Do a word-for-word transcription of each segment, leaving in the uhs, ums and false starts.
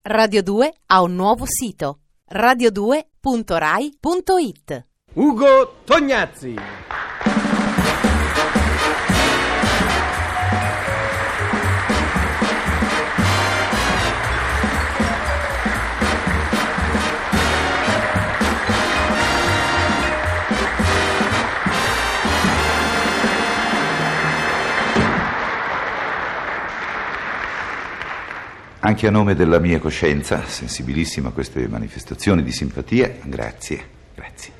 Radio due ha un nuovo sito, radio due punto rai punto it. Ugo Tognazzi. Anche a nome della mia coscienza, sensibilissima a queste manifestazioni di simpatia, grazie, grazie.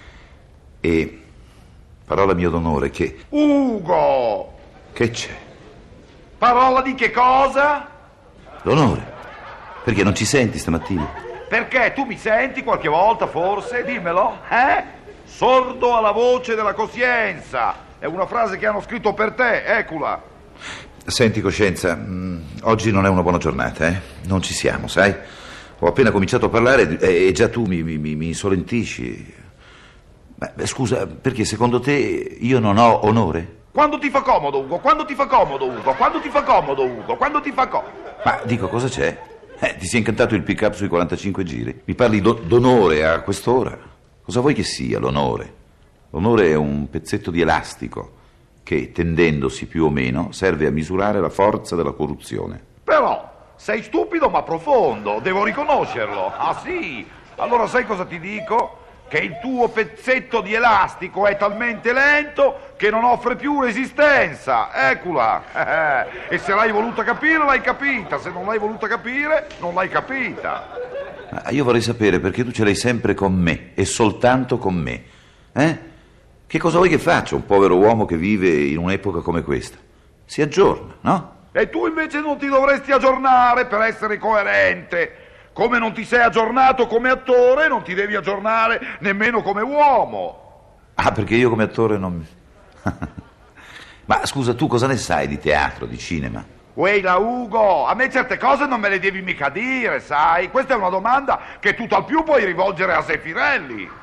E parola mio d'onore che... Ugo! Che c'è? Parola di che cosa? L'onore. Perché non ci senti stamattina? Perché tu mi senti qualche volta, forse? Dimmelo, eh? Sordo alla voce della coscienza. È una frase che hanno scritto per te, eccola. Senti, coscienza, mh, oggi non è una buona giornata, eh? Non ci siamo, sai? Ho appena cominciato a parlare e, e già tu mi, mi, mi insolentisci. Beh, scusa, perché secondo te io non ho onore? Quando ti fa comodo, Ugo, quando ti fa comodo, Ugo, quando ti fa comodo, Ugo, quando ti fa comodo. Ma dico, cosa c'è? Eh, ti sei incantato il pick-up sui quarantacinque giri? Mi parli do- d'onore a quest'ora? Cosa vuoi che sia l'onore? L'onore è un pezzetto di elastico che, tendendosi più o meno, serve a misurare la forza della corruzione. Però, sei stupido ma profondo, devo riconoscerlo. Ah sì? Allora sai cosa ti dico? Che il tuo pezzetto di elastico è talmente lento che non offre più resistenza. Eccola. E se l'hai voluta capire, l'hai capita. Se non l'hai voluta capire, non l'hai capita. Ma io vorrei sapere perché tu ce l'hai sempre con me e soltanto con me. Eh? Che cosa vuoi che faccia un povero uomo che vive in un'epoca come questa? Si aggiorna, no? E tu invece non ti dovresti aggiornare per essere coerente. Come non ti sei aggiornato come attore, non ti devi aggiornare nemmeno come uomo. Ah, perché io come attore non... Ma scusa, tu cosa ne sai di teatro, di cinema? Weila Ugo, a me certe cose non me le devi mica dire, sai? Questa è una domanda che tu al più puoi rivolgere a Zeffirelli.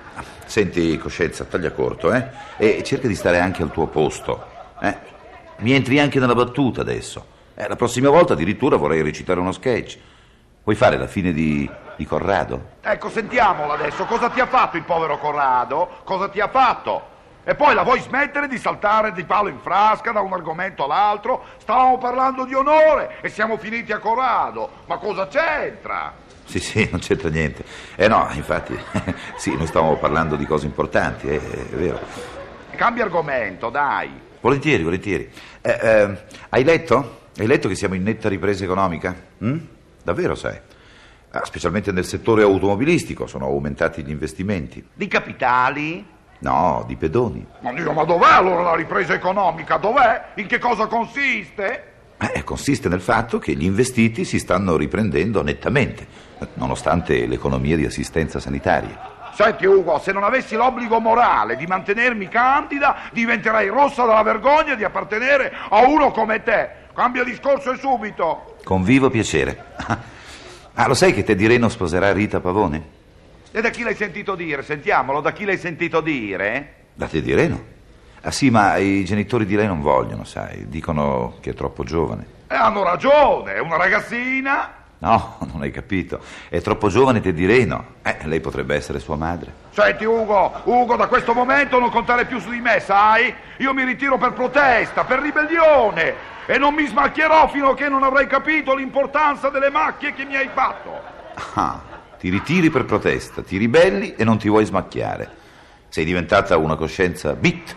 Senti, coscienza, taglia corto, eh? E cerca di stare anche al tuo posto, eh? Mi entri anche nella battuta adesso. Eh, la prossima volta addirittura vorrei recitare uno sketch. Vuoi fare la fine di, di Corrado? Ecco, sentiamolo adesso. Cosa ti ha fatto il povero Corrado? Cosa ti ha fatto? E poi la vuoi smettere di saltare di palo in frasca da un argomento all'altro? Stavamo parlando di onore e siamo finiti a Corrado. Ma cosa c'entra? Sì, sì, non c'entra niente. Eh no, infatti, sì, noi stavamo parlando di cose importanti, eh, è vero. Cambia argomento, dai. Volentieri, volentieri. Eh, eh, hai letto? Hai letto che siamo in netta ripresa economica? Mm? Davvero, sai? Ah, specialmente nel settore automobilistico sono aumentati gli investimenti. Di capitali? No, di pedoni. Ma Dio, ma dov'è allora la ripresa economica? Dov'è? In che cosa consiste? Eh, consiste nel fatto che gli investiti si stanno riprendendo nettamente, nonostante l'economia di assistenza sanitaria. Senti Ugo, se non avessi l'obbligo morale di mantenermi candida, diventerei rossa dalla vergogna di appartenere a uno come te. Cambia discorso e subito. Con vivo piacere. Ah, lo sai che Teddy Reno sposerà Rita Pavone? E da chi l'hai sentito dire? Sentiamolo, da chi l'hai sentito dire? Da Teddy Reno? Ah sì, ma i genitori di lei non vogliono, sai, dicono che è troppo giovane. E hanno ragione, è una ragazzina. No, non hai capito, è troppo giovane Teddy Reno. Eh, lei potrebbe essere sua madre. Senti Ugo, Ugo, da questo momento non contare più su di me, sai? Io mi ritiro per protesta, per ribellione e non mi smacchierò fino a che non avrai capito l'importanza delle macchie che mi hai fatto. Ah, ti ritiri per protesta, ti ribelli e non ti vuoi smacchiare. Sei diventata una coscienza bit.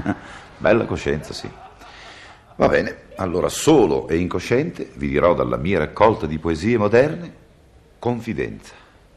Bella coscienza, sì. Va bene, allora solo e incosciente vi dirò dalla mia raccolta di poesie moderne Confidenza.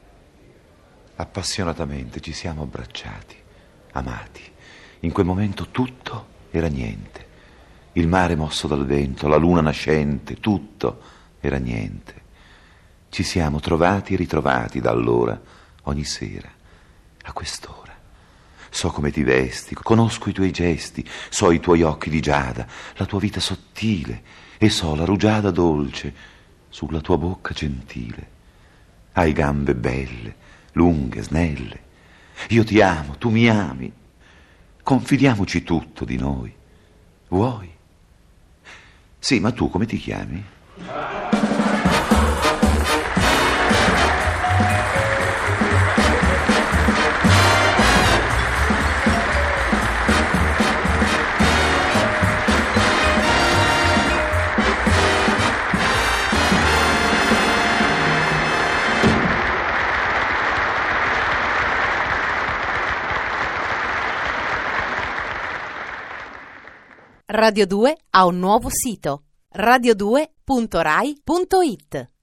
Appassionatamente ci siamo abbracciati, amati. In quel momento tutto era niente. Il mare mosso dal vento, la luna nascente, tutto era niente. Ci siamo trovati e ritrovati da allora, ogni sera, a quest'ora. So come ti vesti, conosco i tuoi gesti, so i tuoi occhi di giada, la tua vita sottile e so la rugiada dolce sulla tua bocca gentile. Hai gambe belle, lunghe, snelle. Io ti amo, tu mi ami. Confidiamoci tutto di noi. Vuoi? Sì, ma tu come ti chiami? Radio due ha un nuovo sito: radio due punto rai punto it.